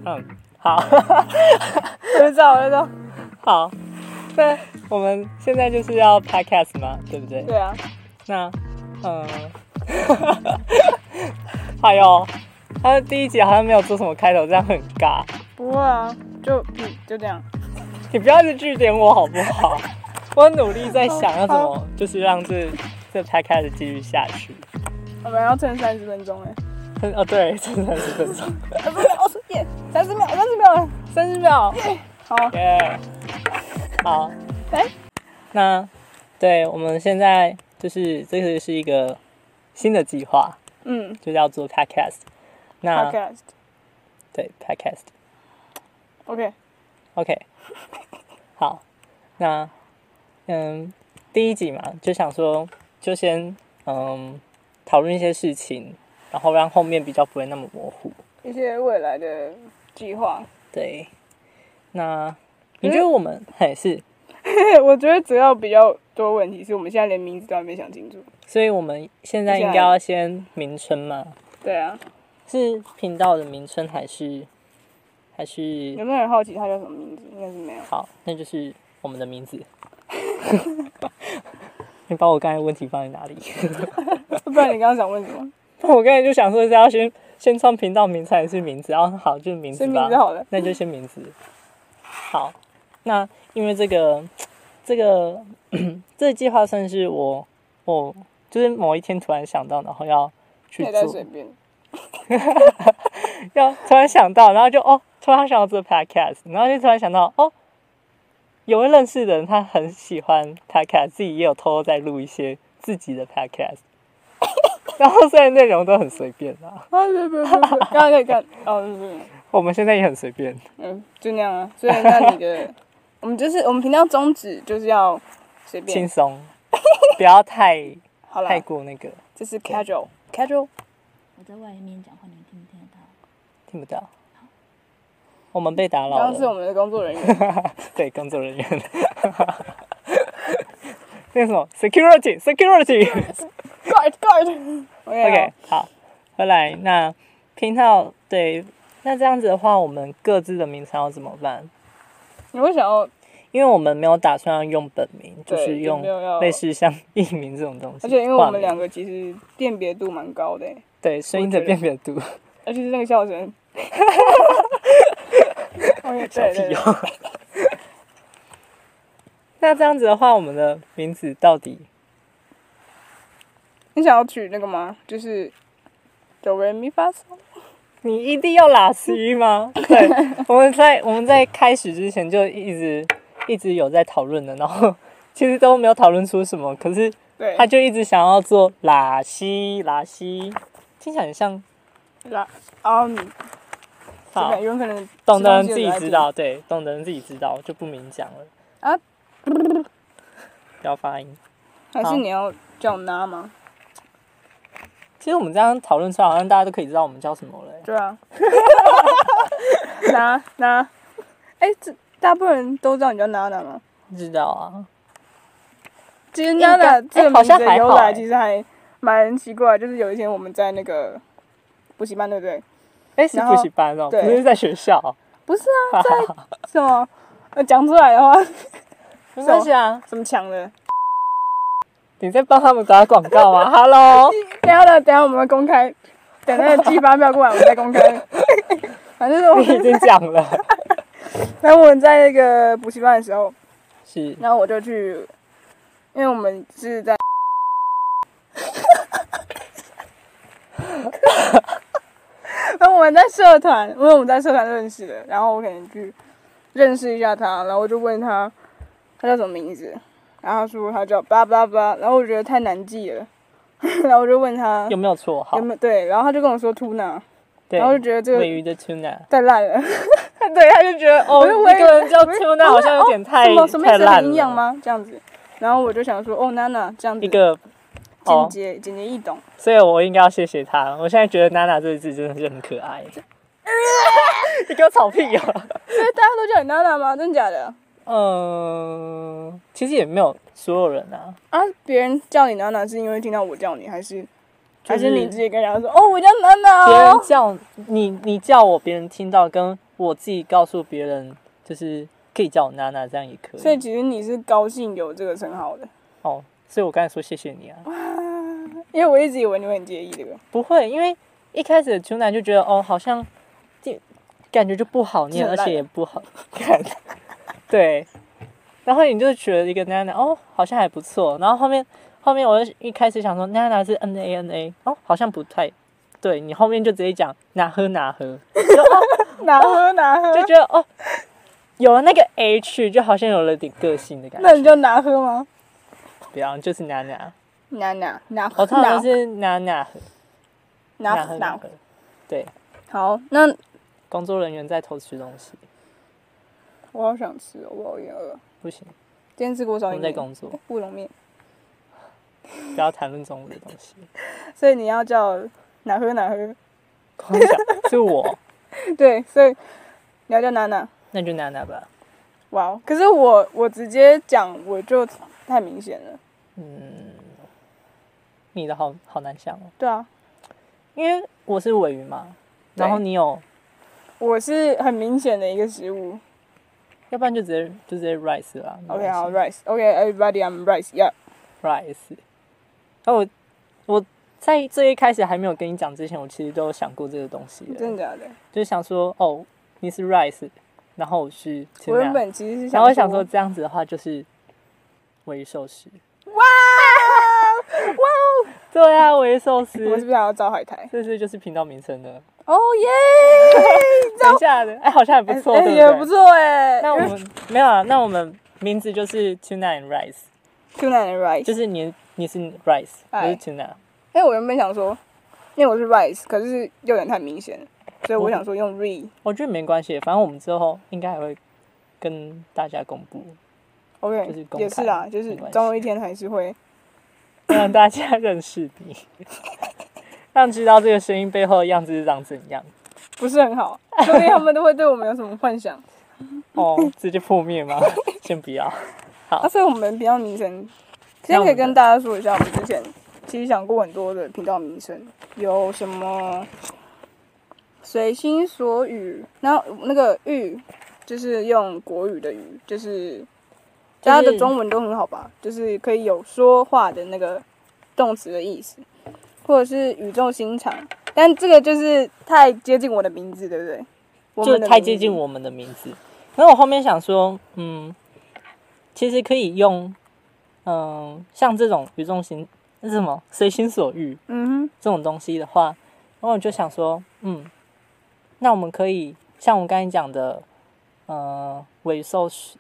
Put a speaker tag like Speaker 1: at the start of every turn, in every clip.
Speaker 1: 好，
Speaker 2: 我就知道。
Speaker 1: 好，那我们现在就是要 podcast 嘛，对不对？
Speaker 2: 对啊。
Speaker 1: 那，还有，他的第一集好像没有做什么开头，这样很尬。
Speaker 2: 不会啊，就这样。
Speaker 1: 你不要一直句点我好不好？我努力在想要怎么，就是让这 podcast 继续下去。
Speaker 2: 我们要撑30分钟
Speaker 1: 对，撑30分钟。
Speaker 2: 30秒了
Speaker 1: ，30秒。
Speaker 2: 好。
Speaker 1: 好。那对，我们现在就是这个是一个新的计划，就叫做 podcast。那
Speaker 2: podcast。
Speaker 1: 对
Speaker 2: podcast。OK。
Speaker 1: 好，那第一集嘛，就想说就先讨论一些事情，然后让后面比较不会那么模糊，
Speaker 2: 一些未来的计划。
Speaker 1: 对，那你觉得我们是？
Speaker 2: 我觉得主要比较多问题是我们现在连名字都还没想清楚，
Speaker 1: 所以我们现在应该要先名称嘛？
Speaker 2: 对啊。
Speaker 1: 是频道的名称还是？
Speaker 2: 有没有人好奇他叫什么名字？应该是没有。
Speaker 1: 好，那就是我们的名字。你把我刚才问题放在哪里？
Speaker 2: 不然你刚刚想问什么？
Speaker 1: 我刚才就想说是要先创频道名称还是名字？然后好，就是名字吧。
Speaker 2: 先名字好了。
Speaker 1: 那就先名字。好，那因为这个计划算是我就是某一天突然想到，然后要去做。
Speaker 2: 随便。
Speaker 1: 要突然想到，然后就突然想到这个 podcast， 然后就突然想到有位认识的人他很喜欢 podcast， 自己也有偷偷在录一些自己的 podcast， 然后虽然内容都很随便啦。
Speaker 2: 不，刚刚可以看
Speaker 1: 我们现在也很随便。
Speaker 2: 就那样啊。所以那你的我们频道宗旨就是要随便
Speaker 1: 轻松，不要太过那个。
Speaker 2: 这是 casual。
Speaker 3: 我在外面讲话，你们听不听得到？
Speaker 1: 听不到。我们被打扰了。
Speaker 2: 刚刚是我们的工作人员。
Speaker 1: 对，工作人员。那个什么 security。
Speaker 2: guard。
Speaker 1: OK， 好，回来那频道对，那这样子的话，我们各自的名称要怎么办？
Speaker 2: 你会想要？
Speaker 1: 因为我们没有打算要用本名，就是用类似像艺名这种东西。
Speaker 2: 而且因为我们两个其实辨别度蛮高的。
Speaker 1: 对，声音的辨别度。
Speaker 2: 而且是那个笑声。
Speaker 1: 小屁那这样子的话，我们的名字到底？
Speaker 2: 你想要取那个吗？就是哆来咪发嗦。
Speaker 1: 你一定要拉西吗？对，我们在开始之前就一直有在讨论的，然后其实都没有讨论出什么，可是他就一直想要做拉西，听起来很像
Speaker 2: 好，有人可能
Speaker 1: 懂的人自己知道，对，懂的人自己知道，就不明讲了啊。不要发音。
Speaker 2: 还是你要叫我拿吗？
Speaker 1: 其实我们这样讨论出来，好像大家都可以知道我们叫什么了。
Speaker 2: 对啊。拿，这大部分人都知道你叫娜娜吗？
Speaker 1: 知道啊。
Speaker 2: 其实娜娜这个名字的由来其实还蛮奇怪，就是有一天我们在那个补习班，对不对？
Speaker 1: 是补习班哦，不是在学校。
Speaker 2: 不是啊，在什么？讲出来的话，
Speaker 1: 没关系啊。
Speaker 2: 什么强的？
Speaker 1: 你在帮他们打广告吗？Hello。
Speaker 2: 等一下我们会公开，等那个寄发票过来，我们再公开。反正我
Speaker 1: 你已经讲了。
Speaker 2: 然后我们在那个补习班的时候，
Speaker 1: 是，
Speaker 2: 然后我就去，因为我们是在。然后我们在社团，因为我们在社团认识的，然后我可能去认识一下他，然后我就问他叫什么名字，然后他说他叫巴拉巴拉，然后我觉得太难记了，然后我就问他
Speaker 1: 有没有绰号，
Speaker 2: 对，然后他就跟我说 Tuna， 然后就觉得这个
Speaker 1: 尾鱼的 Tuna
Speaker 2: 太烂了，
Speaker 1: 对，他就觉得一个人叫 Tuna 好像有点太烂了，
Speaker 2: 什么意思？很营养吗？这样子，然后我就想说Nana 这样子
Speaker 1: 一个。
Speaker 2: 简洁易懂，
Speaker 1: 所以我应该要谢谢他。我现在觉得娜娜这个字真的是很可爱。你给我吵屁哦！
Speaker 2: 所以大家都叫你娜娜吗？真的假的？
Speaker 1: 其实也没有所有人啊。
Speaker 2: 别人叫你娜娜是因为听到我叫你，还是你直接跟人家说我叫娜娜？
Speaker 1: 别人叫你叫我，别人听到跟我自己告诉别人，就是可以叫我娜娜，这样也可以。
Speaker 2: 所以其实你是高兴有这个称号的。
Speaker 1: 哦，所以我刚才说谢谢你啊。
Speaker 2: 因为我一直以为你会很介意这个。
Speaker 1: 不会，因为一开始的 Tuna 就觉得哦，好像感觉就不好念，而且也不好看。对，然后你就取了一个娜娜，哦，好像还不错。然后后面我就一开始想说娜娜是 NANA， 哦，好像不太对。你后面就直接讲哪喝，
Speaker 2: 哪喝，
Speaker 1: 就觉得哦，有了那个 H， 就好像有了点个性的感觉。
Speaker 2: 那你就哪喝吗？
Speaker 1: 不要，就是娜娜。
Speaker 2: 我
Speaker 1: 通常是娜喝。对。
Speaker 2: 好，那
Speaker 1: 工作人员在偷吃东西。
Speaker 2: 我好想吃哦，我有点饿。
Speaker 1: 不行。
Speaker 2: 今天吃锅烧意面。
Speaker 1: 我们在工作。
Speaker 2: 乌龙面。
Speaker 1: 不要谈论中午的东西。
Speaker 2: 所以你要叫哪喝。
Speaker 1: 空想是我。
Speaker 2: 对，所以你要叫娜娜。
Speaker 1: 那就娜娜吧。
Speaker 2: 哇，可是我直接讲我就太明显了。
Speaker 1: 你的好难想哦。
Speaker 2: 对啊，
Speaker 1: 因为我是尾鱼嘛，然后你有，
Speaker 2: 我是很明显的一个食物。
Speaker 1: 要不然就直接 rice 啦。
Speaker 2: OK， 好 rice。OK，everybody， I'm rice。Yeah。rice。
Speaker 1: 然后我在最一开始还没有跟你讲之前，我其实都有想过这个东西。
Speaker 2: 真的假的？
Speaker 1: 就是想说，哦，你是 rice， 然后我是 tuna。
Speaker 2: 我原本其实是想，
Speaker 1: 然后我想说这样子的话就是尾鱼寿司。
Speaker 2: 哇！
Speaker 1: 对啊，尾鱼寿司。
Speaker 2: 我是不是还要招海苔？
Speaker 1: 这就是频道名称的。
Speaker 2: 哦耶！
Speaker 1: 等一下的，好像还不错，对不对？
Speaker 2: 也不错哎。
Speaker 1: 那我们没有啊，那我们名字就是 tuna and rice。tuna
Speaker 2: and rice。
Speaker 1: 就是你是 rice， 我是 tuna。
Speaker 2: 我原本想说，因为我是 rice， 可是有点太明显了，所以我想说用 re。
Speaker 1: 我觉得没关系，反正我们之后应该还会跟大家公布。
Speaker 2: OK，
Speaker 1: 就是公开，
Speaker 2: 也是啦，就是总有一天还是会
Speaker 1: 让大家认识你，让知道这个声音背后的样子是长怎样。
Speaker 2: 不是很好，所以他们都会对我们有什么幻想？
Speaker 1: 哦，直接破灭吗？先不要。好，
Speaker 2: 所以我们频道名称，先可以跟大家说一下，我们之前其实想过很多的频道名称，有什么随心所欲，然后那个欲就是用国语的语，就是大家的中文都很好吧，就是可以有说话的那个动词的意思，或者是语重心长，但这个就是太接近我的名字，对不对？
Speaker 1: 就太接近我们的名字。然后我后面想说，其实可以用，像这种语重心那是什么随心所欲，这种东西的话，然后我就想说，那我们可以像我们刚才讲的。尾寿司，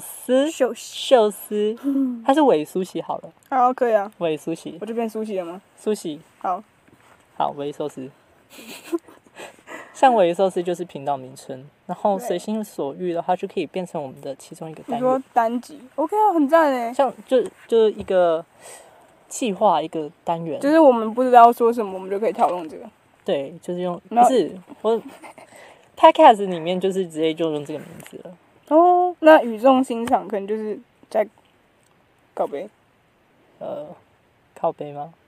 Speaker 1: 它是尾苏西好了。
Speaker 2: 好，可以啊。
Speaker 1: 尾苏西，
Speaker 2: 我就变苏西了吗？
Speaker 1: 苏西，
Speaker 2: 好，
Speaker 1: 尾寿司。像尾寿司就是频道名称，然后随心所欲的话就可以变成我们的其中一个单元。
Speaker 2: 你说单集 ，OK 啊，很赞诶。
Speaker 1: 像就是一个企划一个单元，
Speaker 2: 就是我们不知道说什么，我们就可以讨论这个。
Speaker 1: 对，就是用，不是我。Podcast 里面就是直接就用这个名字了。
Speaker 2: 哦，那语重心长可能就是在靠背。
Speaker 1: 靠背吗？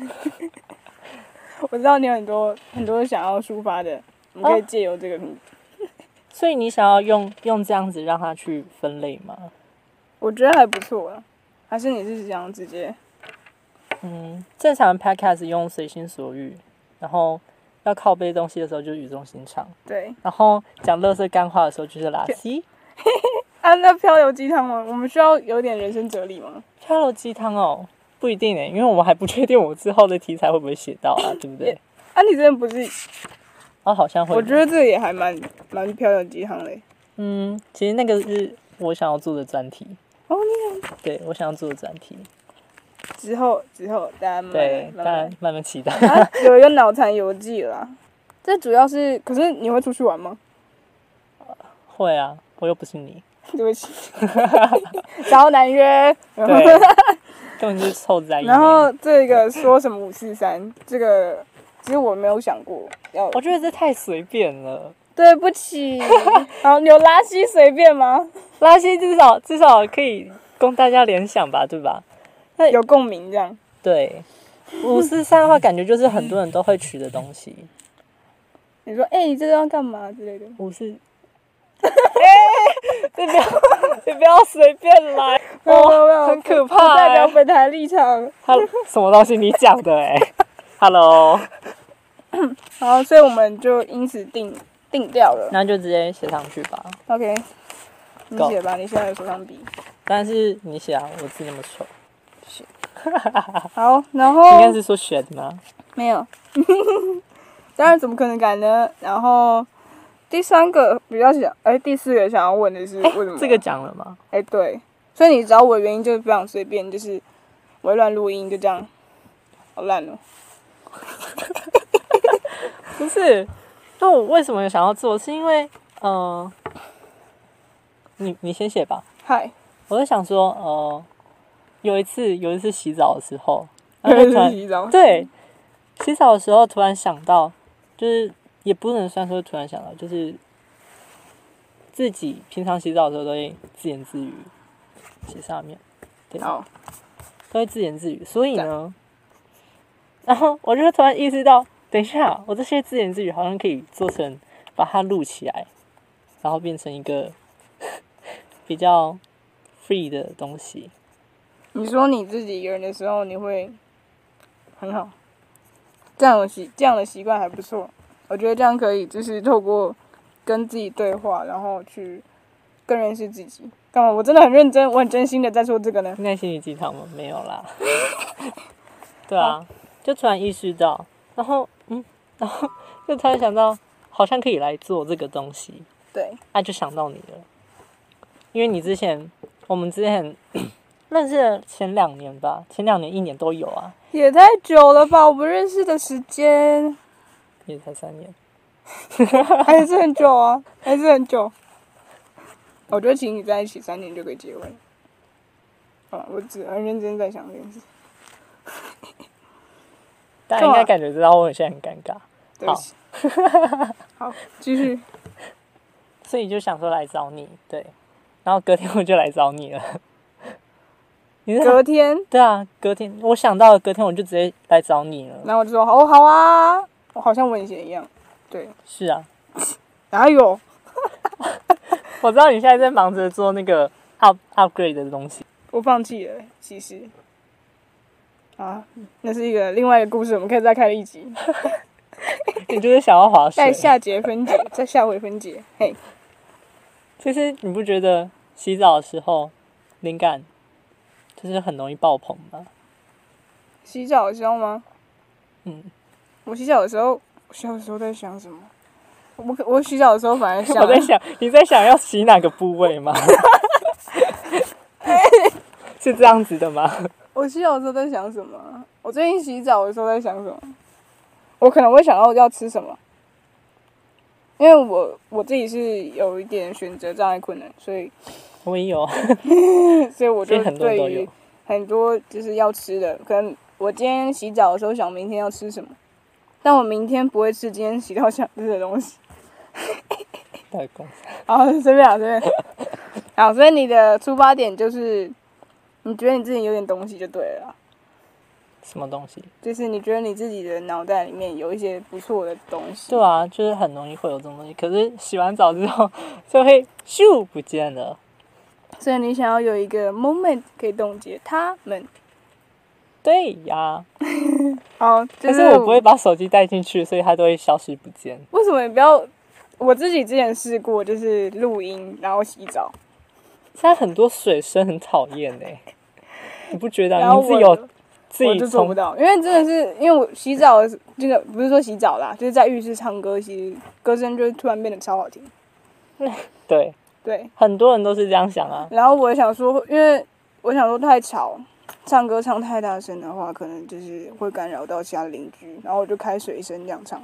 Speaker 2: 我知道你有很多想要抒发的，你可以借由这个名字。
Speaker 1: 所以你想要用这样子让它去分类吗？
Speaker 2: 我觉得还不错啊，还是你是想直接？
Speaker 1: 正常的 Podcast 用随心所欲，然后。要靠背东西的时候就是语重心长，
Speaker 2: 对。
Speaker 1: 然后讲垃圾干话的时候就是垃圾。
Speaker 2: 那漂流鸡汤吗？我们需要有点人生哲理吗？
Speaker 1: 漂流鸡汤哦，不一定因为我们还不确定我之后的题材会不会写到啊，对不对？
Speaker 2: 你真的不是？
Speaker 1: 好像会。
Speaker 2: 我觉得这也还蛮漂流鸡汤的。
Speaker 1: 其实那个是我想要做的专题。
Speaker 2: 哦，你想？
Speaker 1: 对，我想要做的专题。
Speaker 2: 之后，大家
Speaker 1: 慢慢期待。
Speaker 2: 有一个脑残游记啦，这主要是，可是你会出去玩吗？
Speaker 1: 会啊，我又不是你。
Speaker 2: 对不起，超难约。
Speaker 1: 对，根本就是凑在一起。
Speaker 2: 然后这个说什么543，这个其实我没有想过要。
Speaker 1: 我觉得这太随便了。
Speaker 2: 对不起。好，有拉稀随便吗？
Speaker 1: 拉稀至少可以供大家联想吧，对吧？
Speaker 2: 有共鸣这样。
Speaker 1: 对，543的话，感觉就是很多人都会取的东西。
Speaker 2: 你说，这个要干嘛之类的？
Speaker 1: 你不要随便来，很可怕、
Speaker 2: 不代表本台立场。
Speaker 1: 什么东西你讲的？Hello。
Speaker 2: 好，所以我们就因此定掉了。
Speaker 1: 那就直接写上去吧。
Speaker 2: OK， 你写吧，你现在有手上笔。
Speaker 1: 但是你写啊，我字那么丑。
Speaker 2: 好，然后
Speaker 1: 应该是说选吗？
Speaker 2: 没有，当然怎么可能改呢？然后第三个比较想，第四个想要问的是为什么？
Speaker 1: 这个讲了吗？
Speaker 2: 对，所以你找我的原因就是非常随便，就是微乱录音，就这样，好烂哦。
Speaker 1: 不是，那我为什么想要做？是因为你先写吧。
Speaker 2: 嗨，
Speaker 1: 我就想说，有一次洗澡的时候，
Speaker 2: 洗澡，
Speaker 1: 对，洗澡的时候突然想到，就是也不能算说突然想到，就是自己平常洗澡的时候都会自言自语写上面，对，都会自言自语，所以呢，然后我就突然意识到，等一下，我这些自言自语好像可以做成把它录起来，然后变成一个比较 free 的东西。
Speaker 2: 你说你自己一个人的时候，你会很好，这样的习惯还不错。我觉得这样可以，就是透过跟自己对话，然后去更认识自己。干嘛？我真的很认真，我很真心的在说这个呢。
Speaker 1: 应该心灵鸡汤吗？没有啦。对啊，就突然意识到，然后就突然想到，好像可以来做这个东西。
Speaker 2: 对，
Speaker 1: 就想到你了，因为我们之前认识的前2年吧，前2年1年都有啊。
Speaker 2: 也太久了吧？我们认识的时间
Speaker 1: 也才3年，
Speaker 2: 还是很久啊，还是很久。我觉得情侣在一起3年就可以结婚。我只很认真在想这件事。
Speaker 1: 大家应该感觉知道我现在很尴尬。
Speaker 2: 对不起。好，继续。
Speaker 1: 所以就想说来找你，对，然后隔天我就来找你了。
Speaker 2: 隔天？
Speaker 1: 对啊，隔天我想到了，隔天我就直接来找你了。
Speaker 2: 然后我就说好啊，我好像文贤一样。对，
Speaker 1: 是啊。
Speaker 2: 哪有？
Speaker 1: 我知道你现在在忙着做那个 upgrade 的东西。
Speaker 2: 我放弃了，其实。那是另外一个故事，我们可以再开一集。
Speaker 1: 你就是想要划水。
Speaker 2: 在下回分解。嘿。
Speaker 1: 其实你不觉得洗澡的时候灵感就是很容易爆棚吗？
Speaker 2: 洗澡的时候吗？我洗澡的时候在想什么？我洗澡的时候反而想，
Speaker 1: 我在想你在想要洗哪个部位吗？是这样子的吗？
Speaker 2: 我洗澡的时候在想什么？我最近洗澡的时候在想什么？我可能会想到要吃什么，因为我自己是有一点选择障碍困难，所以
Speaker 1: 我也有，
Speaker 2: 所以我就对于很多就是要吃的，可能我今天洗澡的时候想明天要吃什么，但我明天不会吃今天洗澡想吃的东西。好，随便。好，所以你的出发点就是你觉得你自己有点东西就对了啦。
Speaker 1: 什么东西？
Speaker 2: 就是你觉得你自己的脑袋里面有一些不错的东西。
Speaker 1: 对啊，就是很容易会有这种东西，可是洗完澡之后就会咻不见了。
Speaker 2: 所以你想要有一个 moment 可以冻结它们。
Speaker 1: 对呀。
Speaker 2: 好，
Speaker 1: 可是我不会把手机带进去，所以它都会消失不见。
Speaker 2: 为什么你不要？我自己之前试过，就是录音然后洗澡。
Speaker 1: 现在很多水声很讨厌你不觉得？你自己有自己
Speaker 2: 我就做不到，因为真的是因为我洗澡的这个不是说洗澡啦，就是在浴室唱歌，其实歌声就会突然变得超好听。对，
Speaker 1: 很多人都是这样想啊。
Speaker 2: 然后我想说，因为我想说太吵，唱歌唱太大声的话，可能就是会干扰到其他邻居，然后我就开水声这样唱。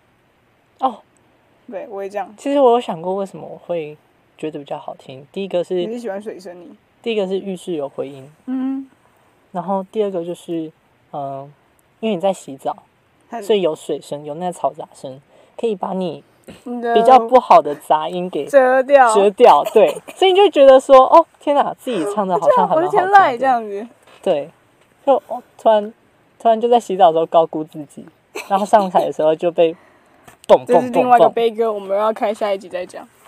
Speaker 2: 对，我也这样。
Speaker 1: 其实我有想过，为什么我会觉得比较好听。第一个是
Speaker 2: 你是喜欢水声你？
Speaker 1: 第一个是浴室有回音，然后第二个就是，因为你在洗澡，所以有水声，有那个嘈杂声，可以把你比较不好的杂音给
Speaker 2: 遮掉。
Speaker 1: 对，所以你就觉得说，哦，天哪，自己唱的好像很好听的。
Speaker 2: 我是天籁这样子。
Speaker 1: 对，就突然就在洗澡的时候高估自己，然后上台的时候就被蹦蹦蹦蹦。
Speaker 2: 这是另外一个悲歌，我们要开下一集再讲。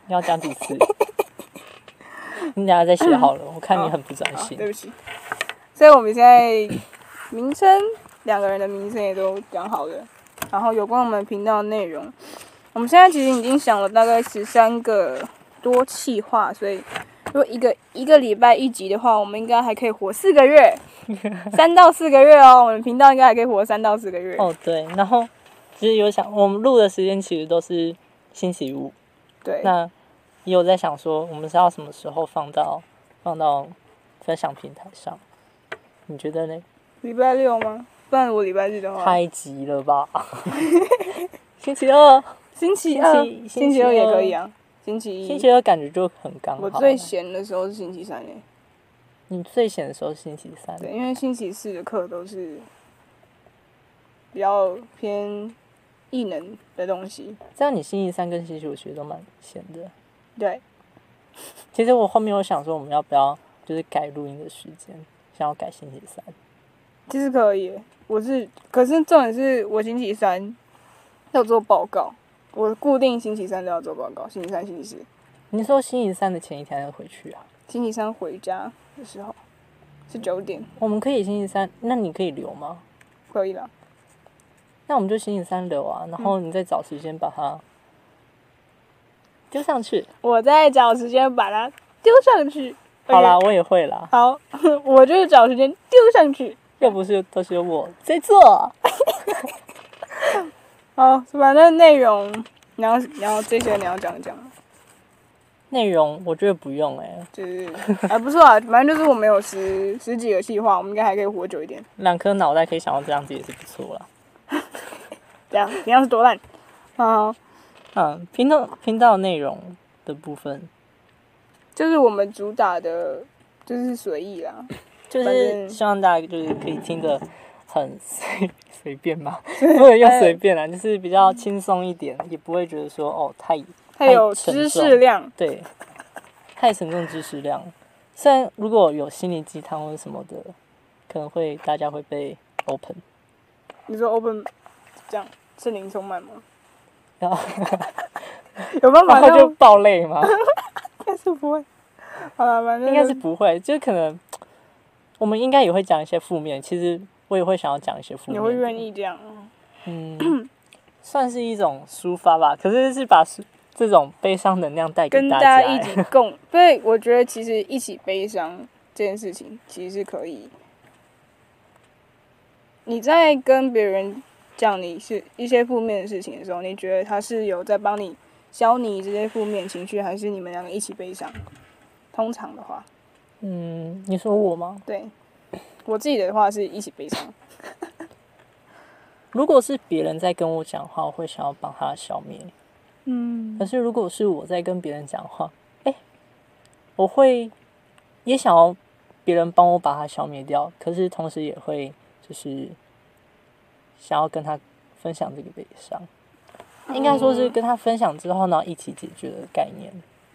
Speaker 1: 你要讲几次？你等下再写好了，我看你很不专心。
Speaker 2: 对不起。所以我们现在名称2个人的名称也都讲好了，然后有关我们频道的内容，我们现在其实已经想了大概13个多企划，所以如果一个礼拜1集的话，我们应该还可以活4个月，3到4个月哦。我们频道应该还可以活3到4个月。
Speaker 1: 哦，对，然后其实有想，我们录的时间其实都是星期五。
Speaker 2: 对。
Speaker 1: 那也有在想说，我们是要什么时候放到分享平台上？你觉得呢？
Speaker 2: 礼拜6吗？不然我礼拜日的话。
Speaker 1: 太急了吧！星期二。
Speaker 2: 星期二也可以啊。星期
Speaker 1: 二感觉就很刚好。
Speaker 2: 我最闲的时候是星期3耶。
Speaker 1: 你最闲的时候是星期3？
Speaker 2: 对，因为星期4的课都是比较偏艺能的东西。
Speaker 1: 这样你星期3跟星期5其实都蛮闲的。
Speaker 2: 对。
Speaker 1: 其实我后面有想说，我们要不要就是改录音的时间，想要改星期3。
Speaker 2: 其实可以耶，可是重点是我星期3要做报告，我固定星期3都要做报告，星期3、星期4。
Speaker 1: 你说星期3的前一天要回去啊？
Speaker 2: 星期3回家的时候是9点。
Speaker 1: 我们可以星期3，那你可以留吗？
Speaker 2: 可以啦。
Speaker 1: 那我们就星期3留啊，然后你再找时间把它丢上去。
Speaker 2: 我再找时间把它丢上去。
Speaker 1: 好啦，我也会啦。
Speaker 2: 好，我就是找时间丢上去。
Speaker 1: 又不是都是我在做。
Speaker 2: 好，反正内容，然后这些你要讲一讲。
Speaker 1: 内容我觉得不用
Speaker 2: 就是还不错啊，反正就是我们有十几个计划，我们应该还可以活久一点。
Speaker 1: 2颗脑袋可以想到这样子也是不错啦。
Speaker 2: 这样是多烂啊！
Speaker 1: 频道内容的部分，
Speaker 2: 就是我们主打的，就是随意啦。
Speaker 1: 就是希望大家就是可以听得很随便嘛，不能用随便啦，就是比较轻松一点，也不会觉得说太
Speaker 2: 有知识量。
Speaker 1: 对，太沉重知识量。虽然如果有心灵鸡汤或者什么的，可能大家会被 open。
Speaker 2: 你说 open 这样是灵充满吗？
Speaker 1: 有办法就爆泪吗？
Speaker 2: 应该是不会。好了，反正
Speaker 1: 应该是不会，就可能我们应该也会讲一些负面。其实我也会想要讲一些负面。
Speaker 2: 你会愿意这样？
Speaker 1: 算是一种抒发吧。可是把这种悲伤能量带给
Speaker 2: 跟大家一起共。对，我觉得其实一起悲伤这件事情其实是可以。你在跟别人讲你是一些负面的事情的时候，你觉得他是有在帮你消弭这些负面情绪，还是你们2个一起悲伤？通常的话，
Speaker 1: 你说我吗？
Speaker 2: 对，我自己的话是一起悲伤。
Speaker 1: 如果是别人在跟我讲话，我会想要帮他消灭。可是如果是我在跟别人讲话，我会也想要别人帮我把它消灭掉，可是同时也会就是想要跟他分享这个悲伤。应该说是跟他分享之后呢，一起解决的概念。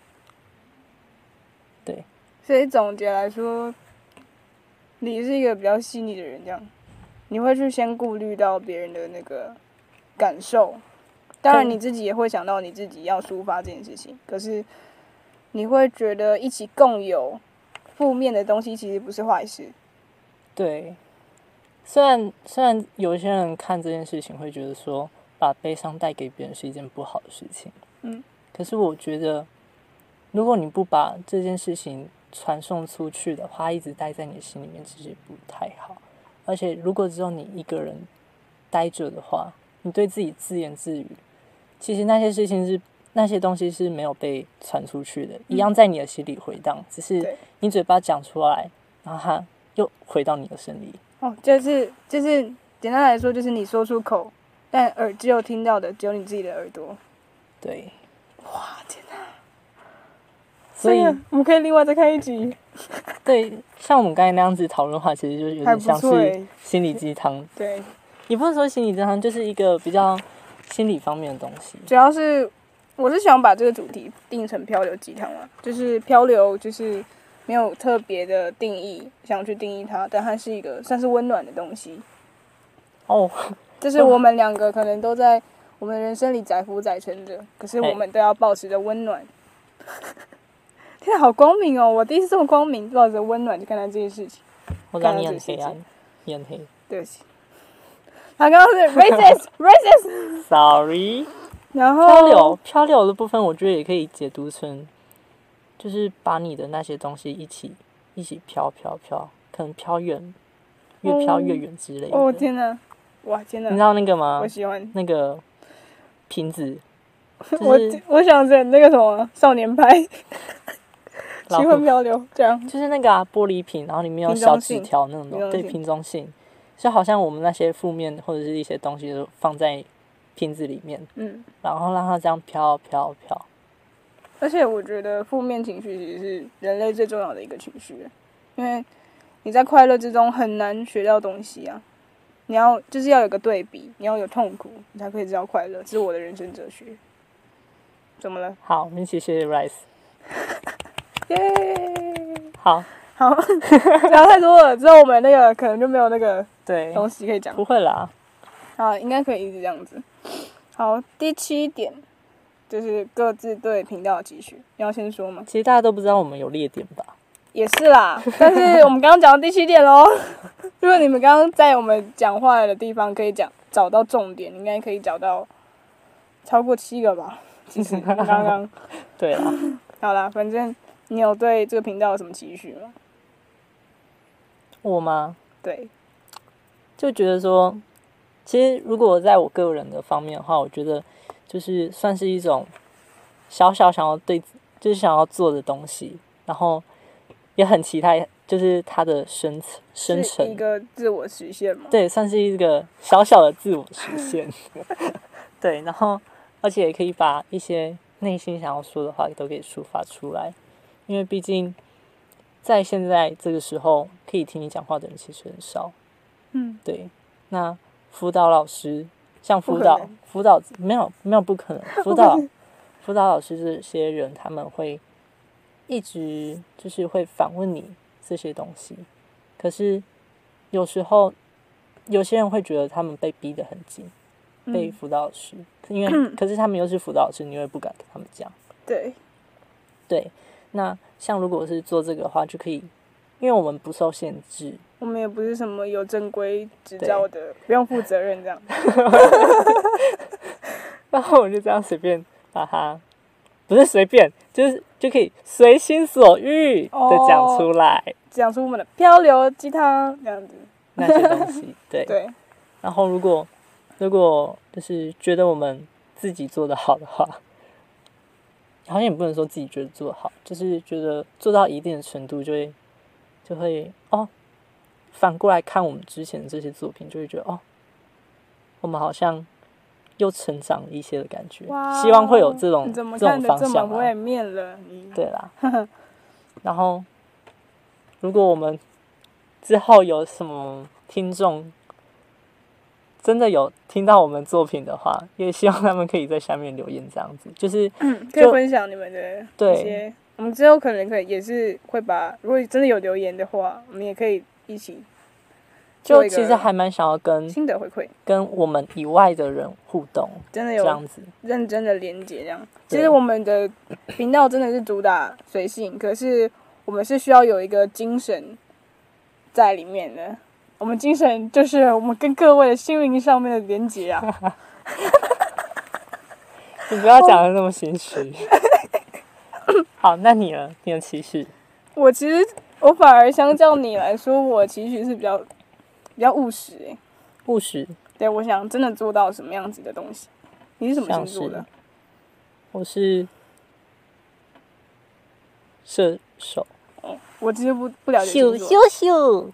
Speaker 1: 对，
Speaker 2: 所以总结来说，你是一个比较细腻的人，这样，你会去先顾虑到别人的那个感受，当然你自己也会想到你自己要抒发这件事情，可是你会觉得一起共有负面的东西其实不是坏事。
Speaker 1: 对，虽然有些人看这件事情会觉得说，把悲伤带给别人是一件不好的事情，可是我觉得，如果你不把这件事情传送出去的话，一直待在你的心里面，其实不太好。而且，如果只有你一个人待着的话，你对自己自言自语，其实那些东西是没有被传出去的，一样在你的心里回荡，只是你嘴巴讲出来，然后它又回到你的身里。
Speaker 2: 就是简单来说，就是你说出口，但只有听到的只有你自己的耳朵。
Speaker 1: 对。
Speaker 2: 哇，天哪！
Speaker 1: 所以
Speaker 2: 我们可以另外再开一集。
Speaker 1: 对，像我们刚才那样子讨论的话，其实就有点像是心理鸡汤。
Speaker 2: 对，
Speaker 1: 也不是说心理鸡汤，就是一个比较心理方面的东西。
Speaker 2: 主要是我是想把这个主题定成漂流鸡汤嘛，就是漂流就是没有特别的定义，想去定义它，但它是一个算是温暖的东西。就是我们2个可能都在我们的人生里载浮载沉着，可是我们都要保持着温暖， 天啊，好光明哦！我第一次这么光明，抱着温暖去看待这件事情。
Speaker 1: 我知道你很黑暗，你很黑。
Speaker 2: 对不起，他刚刚是 racist。然后
Speaker 1: 漂流的部分，我觉得也可以解读成，就是把你的那些东西一起飘，可能飘远，越飘越远之类的。
Speaker 2: 哦天哪！哇天哪！
Speaker 1: 你知道那个吗？
Speaker 2: 我喜欢
Speaker 1: 那个瓶子。
Speaker 2: 我想着那个什么少年派，奇幻漂流这样。
Speaker 1: 就是那个玻璃瓶，然后里面有小纸条那种，对，瓶中信，就好像我们那些负面或者是一些东西都放在瓶子里面，然后让它这样飘。
Speaker 2: 而且我觉得负面情绪其实是人类最重要的一个情绪，因为你在快乐之中很难学到东西啊。你要有个对比，你要有痛苦，你才可以知道快乐。这是我的人生哲学。怎么了？
Speaker 1: 好，我们一起谢谢 Rice。
Speaker 2: 耶！
Speaker 1: 好，
Speaker 2: 聊太多了，之后我们那个可能就没有那个东西可以讲。
Speaker 1: 不会啦。
Speaker 2: 好，应该可以一直这样子。好，第7点就是各自对频道的期许，你要先说吗？
Speaker 1: 其实大家都不知道我们有列点吧？
Speaker 2: 也是啦，但是我们刚刚讲到第7点咯。如果你们刚刚在我们讲话的地方可以找到重点，应该可以找到超过7个吧。其实刚刚
Speaker 1: 对啦，
Speaker 2: 好啦，反正你有对这个频道有什么期许吗？
Speaker 1: 我吗？
Speaker 2: 对，
Speaker 1: 就觉得说，其实如果在我个人的方面的话，我觉得就是算是一种小想要就是想要做的东西，然后也很期待，就是它的生成
Speaker 2: 是一个自我实现吗？
Speaker 1: 对，算是一个小的自我实现。对，然后而且也可以把一些内心想要说的话都给抒发出来，因为毕竟在现在这个时候可以听你讲话的人其实很少。对，那辅导老师像辅导没有不可能，辅导老师这些人他们会一直就是会反问你这些东西，可是有时候有些人会觉得他们被逼得很紧，被辅导老师，因为可是他们又是辅导老师，你又不敢跟他们讲。对，那像如果是做这个的话，就可以，因为我们不受限制，
Speaker 2: 我们也不是什么有正规执照的，不用负责任这样。
Speaker 1: 然后我就这样随便把它，不是随便，就可以随心所欲的讲出来，
Speaker 2: 讲出我们的漂流鸡汤这样子
Speaker 1: 那些东西。
Speaker 2: 对。
Speaker 1: 然后如果就是觉得我们自己做得好的话，好像也不能说自己觉得做得好，就是觉得做到一定的程度就会反过来看我们之前的这些作品，就会觉得我们好像又成长了一些的感觉。希望会有这种方向
Speaker 2: 这么会面了你。
Speaker 1: 对啦。然后如果我们之后有什么听众真的有听到我们作品的话，也希望他们可以在下面留言，这样子就是
Speaker 2: 可以分享你们的一些。我们之后可能也是会如果真的有留言的话，我们也可以一起
Speaker 1: 就其实还蛮想要跟
Speaker 2: 心得回馈，
Speaker 1: 跟我们以外的人互动，
Speaker 2: 真的有
Speaker 1: 这样子
Speaker 2: 认真的连结这样。其实我们的频道真的是主打随性，可是我们是需要有一个精神在里面的。我们精神就是我们跟各位的心灵上面的连结啊。
Speaker 1: 你不要讲的那么心虚。好，那你呢？你的期许？
Speaker 2: 我反而相较你来说，我期许是比较务实
Speaker 1: 务实。
Speaker 2: 对，我想真的做到什么样子的东西。你是什么星座的？
Speaker 1: 我是射手。
Speaker 2: 我其实不了解星座。
Speaker 1: 咻。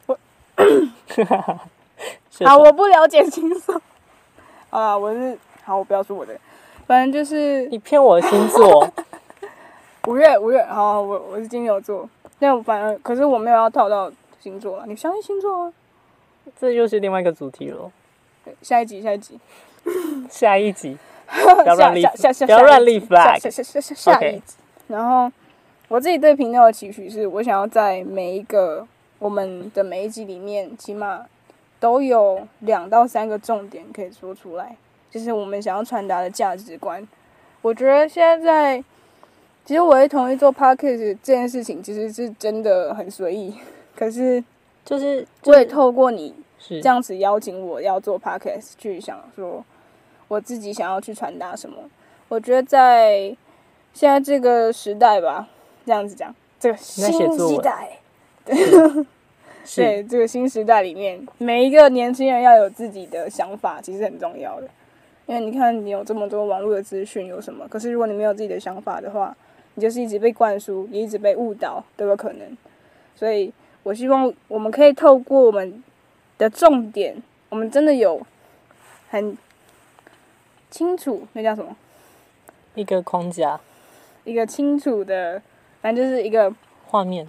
Speaker 2: 好，我不了解星座。我不要说我的，反正就是
Speaker 1: 你骗我的星座。
Speaker 2: 5月，好，我是金牛座，但可是我没有要套到星座了。你相信星座吗？
Speaker 1: 这又是另外一个主题了。
Speaker 2: 下一集。
Speaker 1: 下一集。不要乱立 flag。
Speaker 2: 下一集。然后我自己对频道的期许是，我想要在我们的每一集里面，起码都有2到3个重点可以说出来，就是我们想要传达的价值观。我觉得现在其实我会同意做 podcast 这件事情，其实是真的很随意。可是
Speaker 1: 就是
Speaker 2: 我也透过你
Speaker 1: 是
Speaker 2: 这样子邀请我要做 podcast， 去想说我自己想要去传达什么。我觉得在现在这个时代吧，这样子讲，这个新时代，对这个新时代里面，每一个年轻人要有自己的想法，其实很重要的。因为你看，你有这么多网络的资讯，有什么？可是如果你没有自己的想法的话，你就是一直被灌输，你一直被误导都有可能。所以我希望我们可以透过我们的重点，我们真的有很清楚，那叫什么？
Speaker 1: 一个框架，
Speaker 2: 一个清楚的，反正就是一个
Speaker 1: 画面。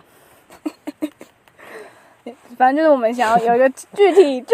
Speaker 2: 反正就是我们想要有一个具体。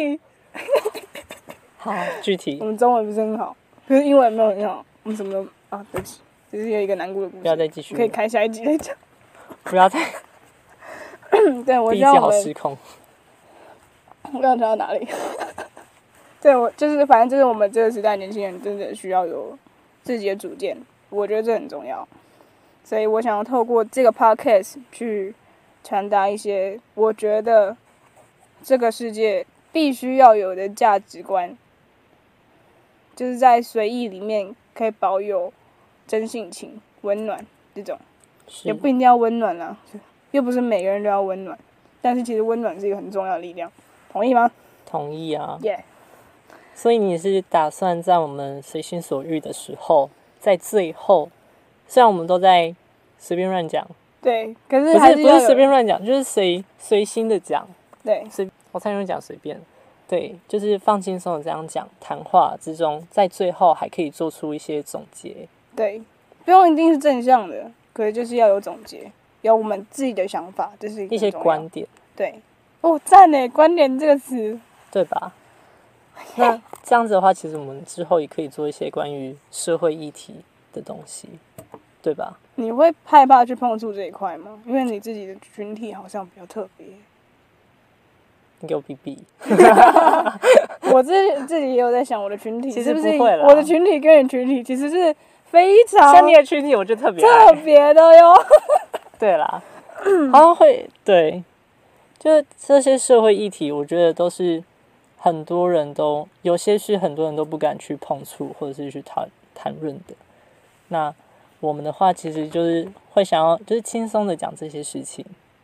Speaker 1: 好，具体。
Speaker 2: 我们中文不是很好，可是英文没有很好，我们什么都对不起，只是有一个难过的故事。
Speaker 1: 不要再继续。
Speaker 2: 可以开下一集再讲。
Speaker 1: 不要再。
Speaker 2: 对，我希望我们。
Speaker 1: 失控。
Speaker 2: 我刚讲到哪里？对，我就是反正就是我们这个时代年轻人真的需要有自己的主见，我觉得这很重要。所以我想要透过这个 podcast 去传达一些我觉得这个世界必须要有的价值观，就是在随意里面可以保有真性情、温暖这种，也不一定要温暖啦，又不是每个人都要温暖，但是其实温暖是一个很重要的力量，同意吗？
Speaker 1: 同意啊。
Speaker 2: Yeah。
Speaker 1: 所以你是打算在我们随心所欲的时候，在最后，虽然我们都在随便乱讲，
Speaker 2: 对，可是还是
Speaker 1: 不是随便乱讲，就是随心的讲，
Speaker 2: 对，
Speaker 1: 我才用讲随便，对，就是放轻松的这样讲，谈话之中，在最后还可以做出一些总结，
Speaker 2: 对，不用一定是正向的，可是就是要有总结，有我们自己的想法，这是
Speaker 1: 一些观点，
Speaker 2: 对，赞耶，观点这个词，
Speaker 1: 对吧？那这样子的话，其实我们之后也可以做一些关于社会议题的东西，对吧？
Speaker 2: 你会害怕去碰触这一块吗？因为你自己的群体好像比较特别。
Speaker 1: 你给我比比。
Speaker 2: 我自己也有在想，我的群体是不是
Speaker 1: 不会啦，
Speaker 2: 我的群体跟你群体其实是非常
Speaker 1: 像你的群体，我就特别
Speaker 2: 的哟。
Speaker 1: 对啦，好像会对，就是这些社会议题，我觉得都是很多人都有些是很多人都不敢去碰触或者是去谈论的。那我们的话，其实就是会想要就是轻松的讲这些事情。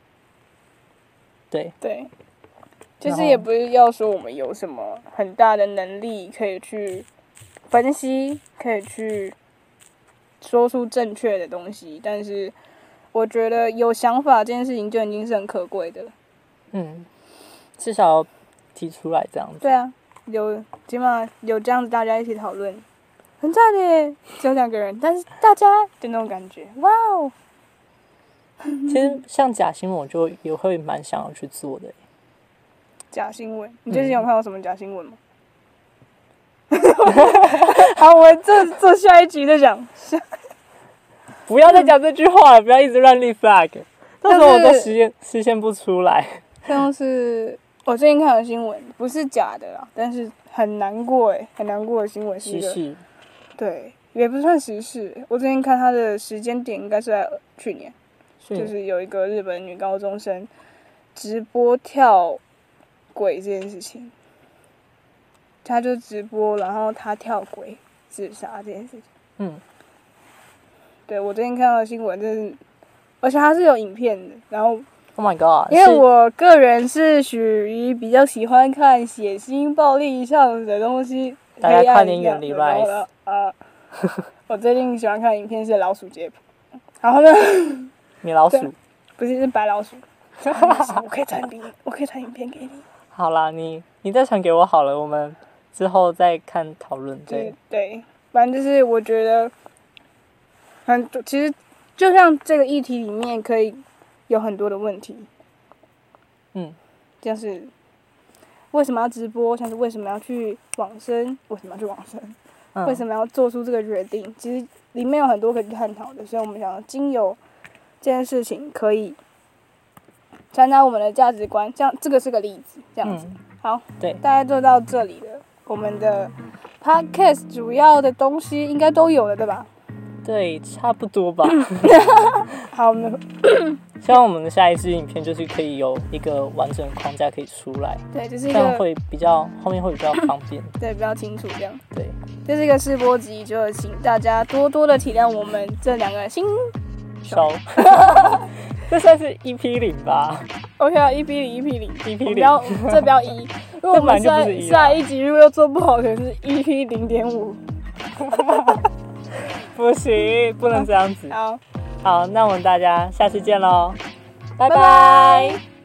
Speaker 1: 对，
Speaker 2: 就是也不是要说我们有什么很大的能力可以去分析，可以去说出正确的东西，但是我觉得有想法这件事情就已经是很可贵的。
Speaker 1: 至少要提出来这样子。
Speaker 2: 对啊，起码有这样子大家一起讨论，很赞耶！只有2个人，但是大家的那种感觉，哇哦！
Speaker 1: 其实像假新闻，我就也会蛮想要去做的。
Speaker 2: 假新闻，你最近有看到什么假新闻吗？好，我们做下一集再讲。
Speaker 1: 不要再讲这句话了，不要一直乱立 flag， 到时候我都实现不出来。
Speaker 2: 像是我最近看的新闻，不是假的啦，但是很难过很难过的新闻是一个
Speaker 1: 时事，
Speaker 2: 对，也不算时事。我最近看它的时间点应该是在去年，就是有一个日本女高中生直播跳轨这件事情，她就直播，然后她跳轨自杀这件事情。对，我最近看到的新闻就是，而且它是有影片的，然后
Speaker 1: Oh my god！
Speaker 2: 因为我个人是属于比较喜欢看血腥暴力以上的东西，
Speaker 1: 大家快点远离 Rise。
Speaker 2: 我最近喜欢看的影片是老鼠解剖，然后呢，
Speaker 1: 米老鼠
Speaker 2: 不是白老鼠，我可以传影片给你。
Speaker 1: 好啦，你再传给我好了，我们之后再看讨论。
Speaker 2: 对，反正就是我觉得，其实就像这个议题里面可以有很多的问题，像是为什么要直播，像是为什么要去往生，为什么要做出这个决定，其实里面有很多可以探讨的，所以我们想要经由这件事情可以传达我们的价值观，这样这个是个例子，这样子。好，
Speaker 1: 对，
Speaker 2: 大概就到这里了。我们的 podcast 主要的东西应该都有了，对吧？
Speaker 1: 对，差不多吧。
Speaker 2: 好，我们
Speaker 1: 希望我们的下一支影片就是可以有一个完整的框架可以出来，
Speaker 2: 对，就是一
Speaker 1: 这样
Speaker 2: 个
Speaker 1: 会比较后面会比较方便。
Speaker 2: 对比较清楚这样。
Speaker 1: 对，
Speaker 2: 这是一个试播集，就请大家多多的体谅我们这2个新
Speaker 1: 手。这算是 EP0 吧
Speaker 2: OK 啊，EP0，EP0，
Speaker 1: EP0
Speaker 2: 这不要1，因为我们
Speaker 1: 这本来就不是1
Speaker 2: 下一集如果又做不好，可能是 EP0.5。
Speaker 1: 不行，不能这样子。
Speaker 2: 好，
Speaker 1: 好，那我们大家下次见喽，拜
Speaker 2: 拜
Speaker 1: 拜。
Speaker 2: 拜。